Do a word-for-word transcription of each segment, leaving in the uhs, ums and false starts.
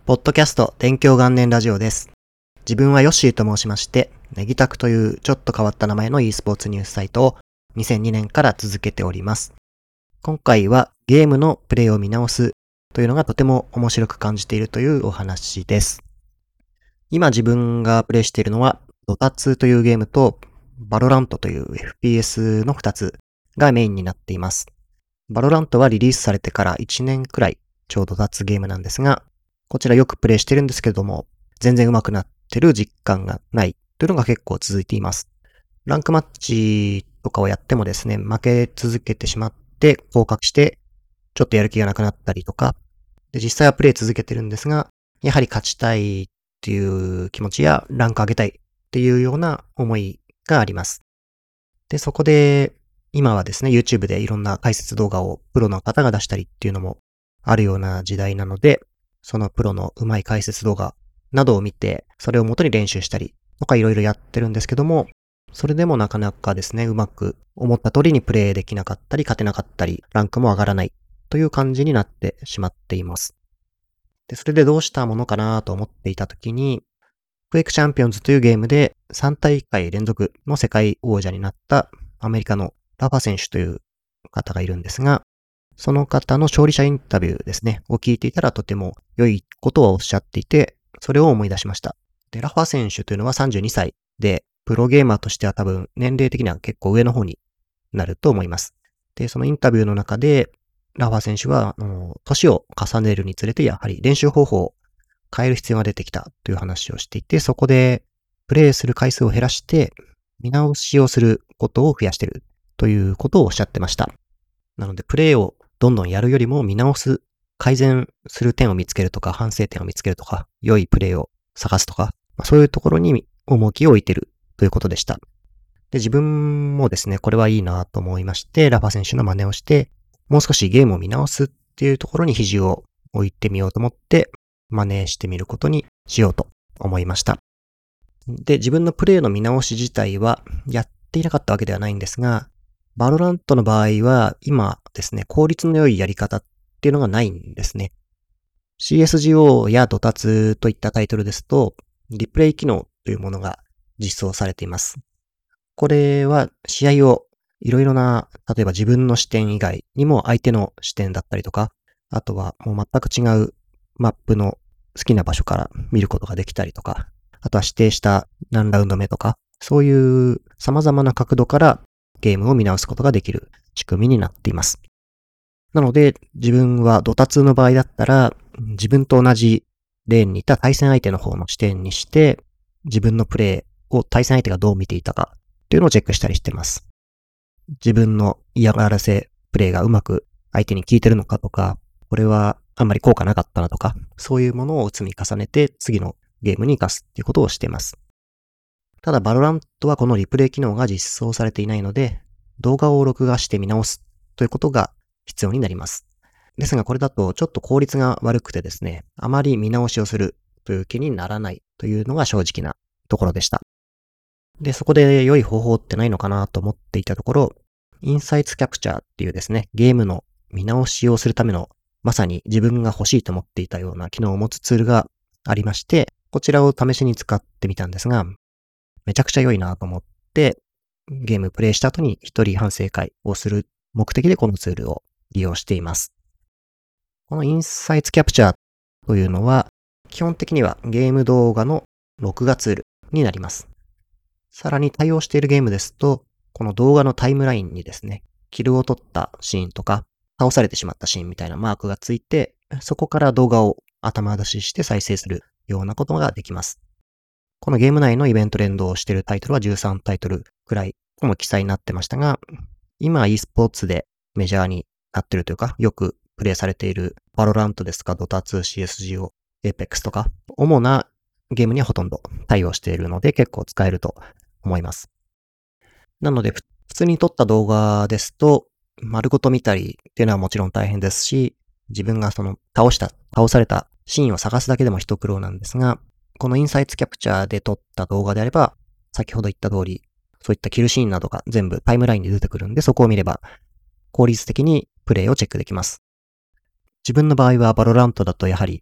ポッドキャスト勉強元年ラジオです。自分はヨッシーと申しまして、ネギタクというちょっと変わった名前の e スポーツニュースサイトをにせんにねんから続けております。今回はゲームのプレイを見直すというのがとても面白く感じているというお話です。今自分がプレイしているのはドタツというゲームとバロラントという エフピーエス のふたつがメインになっています。バロラントはリリースされてからいちねんくらいちょうど経つゲームなんですが、こちらよくプレイしてるんですけれども、全然上手くなってる実感がないというのが結構続いています。ランクマッチとかをやってもですね、負け続けてしまって降格して、ちょっとやる気がなくなったりとか、で実際はプレイ続けてるんですが、やはり勝ちたいっていう気持ちやランク上げたいっていうような思いがあります。で、そこで今はですね、YouTube でいろんな解説動画をプロの方が出したりっていうのもあるような時代なので、そのプロの上手い解説動画などを見て、それを元に練習したりとかいろいろやってるんですけども、それでもなかなかですね、うまく思った通りにプレイできなかったり、勝てなかったり、ランクも上がらないという感じになってしまっています。で、それでどうしたものかなと思っていたときに、クエイクチャンピオンズというゲームでさん大会連続の世界王者になったアメリカのラファ選手という方がいるんですが、その方の勝利者インタビューですね、を聞いていたらとても良いことをおっしゃっていて、それを思い出しました。で、ラファ選手というのはさんじゅうにさいで、プロゲーマーとしては多分年齢的には結構上の方になると思います。で、そのインタビューの中で、ラファ選手は、あの、年を重ねるにつれてやはり練習方法を変える必要が出てきたという話をしていて、そこでプレイする回数を減らして見直しをすることを増やしているということをおっしゃってました。なので、プレイをどんどんやるよりも見直す、改善する点を見つけるとか、反省点を見つけるとか、良いプレイを探すとか、そういうところに重きを置いているということでした。で、自分もですね、これはいいなと思いまして、ラファ選手の真似をして、もう少しゲームを見直すっていうところに肘を置いてみようと思って、真似してみることにしようと思いました。で、自分のプレイの見直し自体はやっていなかったわけではないんですが、バロラントの場合は今ですね、効率の良いやり方っていうのがないんですね。シーエスジーオー やドタツといったタイトルですと、リプレイ機能というものが実装されています。これは試合をいろいろな、例えば自分の視点以外にも相手の視点だったりとか、あとはもう全く違うマップの好きな場所から見ることができたりとか、あとは指定した何ラウンド目とか、そういう様々な角度からゲームを見直すことができる仕組みになっています。なので、自分はドタツの場合だったら、自分と同じレーンにいた対戦相手の方の視点にして、自分のプレイを対戦相手がどう見ていたかというのをチェックしたりしています。自分の嫌がらせプレイがうまく相手に効いてるのかとか、これはあんまり効果なかったなとか、そういうものを積み重ねて次のゲームに活かすっていうことをしています。ただ、バロラントはこのリプレイ機能が実装されていないので、動画を録画して見直すということが必要になります。ですが、これだとちょっと効率が悪くてですね、あまり見直しをするという気にならないというのが正直なところでした。で、そこで良い方法ってないのかなと思っていたところ、インサイツキャプチャーっていうですね、ゲームの見直しをするための、まさに自分が欲しいと思っていたような機能を持つツールがありまして、こちらを試しに使ってみたんですが、めちゃくちゃ良いなと思って、ゲームプレイした後に一人反省会をする目的でこのツールを利用しています。このインサイツキャプチャーというのは、基本的にはゲーム動画の録画ツールになります。さらに対応しているゲームですと、この動画のタイムラインにですね、キルを取ったシーンとか、倒されてしまったシーンみたいなマークがついて、そこから動画を頭出しして再生するようなことができます。このゲーム内のイベント連動しているタイトルはじゅうさんタイトルくらいも記載になってましたが、今 e スポーツでメジャーになっているというか、よくプレイされているバロラントですとか、ドタツー、シーエスジーオー、Apex とか、主なゲームにはほとんど対応しているので結構使えると思います。なので、普通に撮った動画ですと、丸ごと見たりっていうのはもちろん大変ですし、自分がその倒した、倒されたシーンを探すだけでも一苦労なんですが、このインサイツキャプチャーで撮った動画であれば、先ほど言った通り、そういったキルシーンなどが全部タイムラインで出てくるんで、そこを見れば効率的にプレイをチェックできます。自分の場合はバロラントだとやはり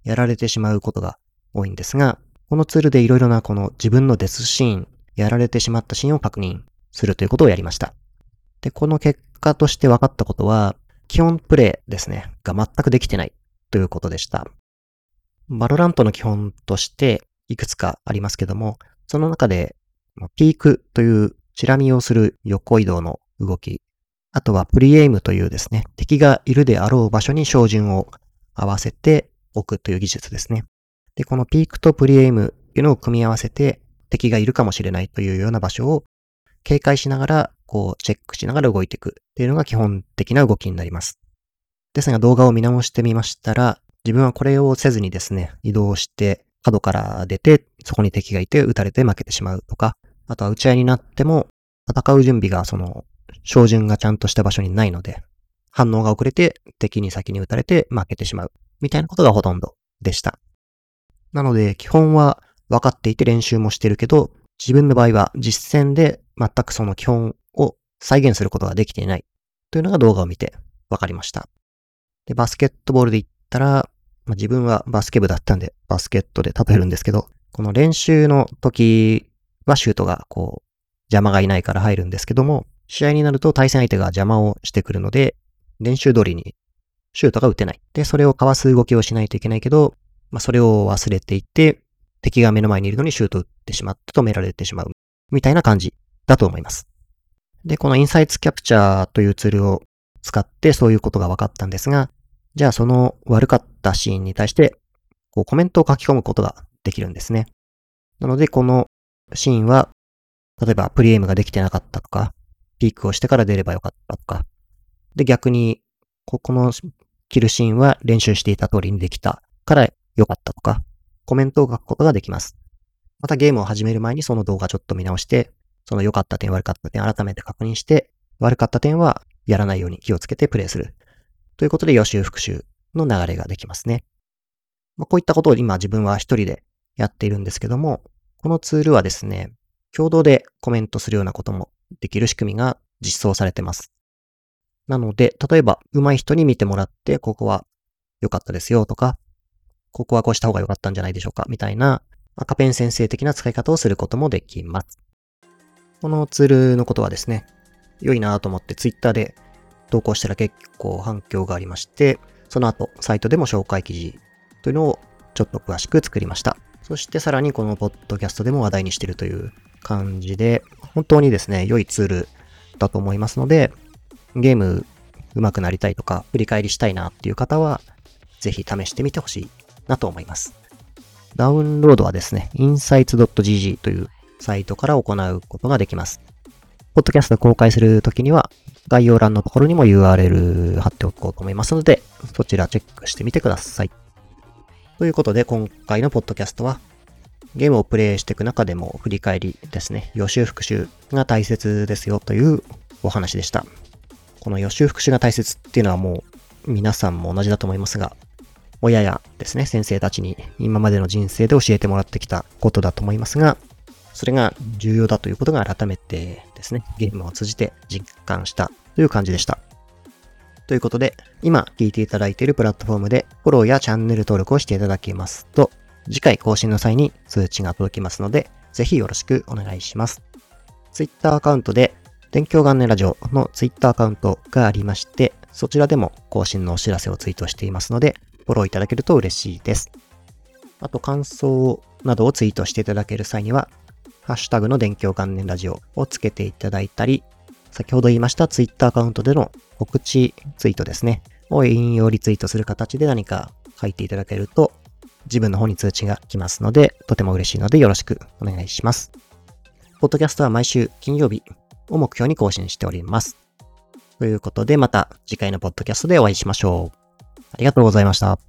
やられてしまうことが多いんですが、このツールでいろいろなこの自分のデスシーン、やられてしまったシーンを確認するということをやりました。で、この結果として分かったことは、基本プレイですね、が全くできてないということでした。バロラントの基本としていくつかありますけども、その中でピークというチラ見をする横移動の動き、あとはプリエイムというですね、敵がいるであろう場所に照準を合わせておくという技術ですね。で、このピークとプリエイムというのを組み合わせて敵がいるかもしれないというような場所を警戒しながら、こうチェックしながら動いていくっていうのが基本的な動きになります。ですが動画を見直してみましたら、自分はこれをせずにですね、移動して角から出て、そこに敵がいて撃たれて負けてしまうとか、あとは打ち合いになっても戦う準備がその照準がちゃんとした場所にないので、反応が遅れて敵に先に撃たれて負けてしまうみたいなことがほとんどでした。なので基本は分かっていて練習もしてるけど、自分の場合は実戦で全くその基本を再現することができていないというのが動画を見て分かりました。で、バスケットボールで言ったら、まあ、自分はバスケ部だったんでバスケットで例えるんですけど、この練習の時はシュートがこう邪魔がいないから入るんですけども、試合になると対戦相手が邪魔をしてくるので、練習通りにシュートが打てない。で、それをかわす動きをしないといけないけど、まあ、それを忘れていて、敵が目の前にいるのにシュートを打ってしまって止められてしまう。みたいな感じだと思います。で、このインサイツキャプチャーというツールを使ってそういうことが分かったんですが、じゃあその悪かったシーンに対して、こうコメントを書き込むことができるんですね。なので、このシーンは、例えばプリエイムができてなかったとか、ピークをしてから出ればよかったとか、で逆に、ここのキルシーンは練習していた通りにできたからよかったとか、コメントを書くことができます。またゲームを始める前にその動画ちょっと見直して、その良かった点悪かった点改めて確認して、悪かった点はやらないように気をつけてプレイする。ということで予習復習の流れができますね。まあ、こういったことを今自分は一人でやっているんですけども、このツールはですね、共同でコメントするようなこともできる仕組みが実装されてます。なので、例えば上手い人に見てもらって、ここは良かったですよとか、ここはこうした方が良かったんじゃないでしょうかみたいな赤ペン先生的な使い方をすることもできます。このツールのことはですね、良いなと思ってツイッターで投稿したら結構反響がありまして、その後サイトでも紹介記事というのをちょっと詳しく作りました。そしてさらにこのポッドキャストでも話題にしているという感じで、本当にですね、良いツールだと思いますので、ゲーム上手くなりたいとか振り返りしたいなっていう方は、ぜひ試してみてほしいなと思います。ダウンロードはですね、インサイツ ドットジージー というサイトから行うことができます。ポッドキャスト公開するときには、概要欄のところにも ユーアールエル 貼っておこうと思いますので、そちらチェックしてみてください。ということで、今回のポッドキャストは、ゲームをプレイしていく中でも振り返りですね、予習復習が大切ですよというお話でした。この予習復習が大切っていうのはもう皆さんも同じだと思いますが、親やですね、先生たちに今までの人生で教えてもらってきたことだと思いますが、それが重要だということが改めてですね、ゲームを通じて実感したという感じでした。ということで、今聞いていただいているプラットフォームでフォローやチャンネル登録をしていただけますと、次回更新の際に通知が届きますので、ぜひよろしくお願いします。Twitter アカウントで、勉強元年ラジオの Twitter アカウントがありまして、そちらでも更新のお知らせをツイートしていますので、フォローいただけると嬉しいです。あと感想などをツイートしていただける際には、ハッシュタグの勉強元年ラジオをつけていただいたり、先ほど言いました Twitter アカウントでの告知ツイートですね、を引用リツイートする形で何か書いていただけると、自分の方に通知が来ますので、とても嬉しいのでよろしくお願いします。ポッドキャストは毎週金曜日を目標に更新しております。ということで、また次回のポッドキャストでお会いしましょう。ありがとうございました。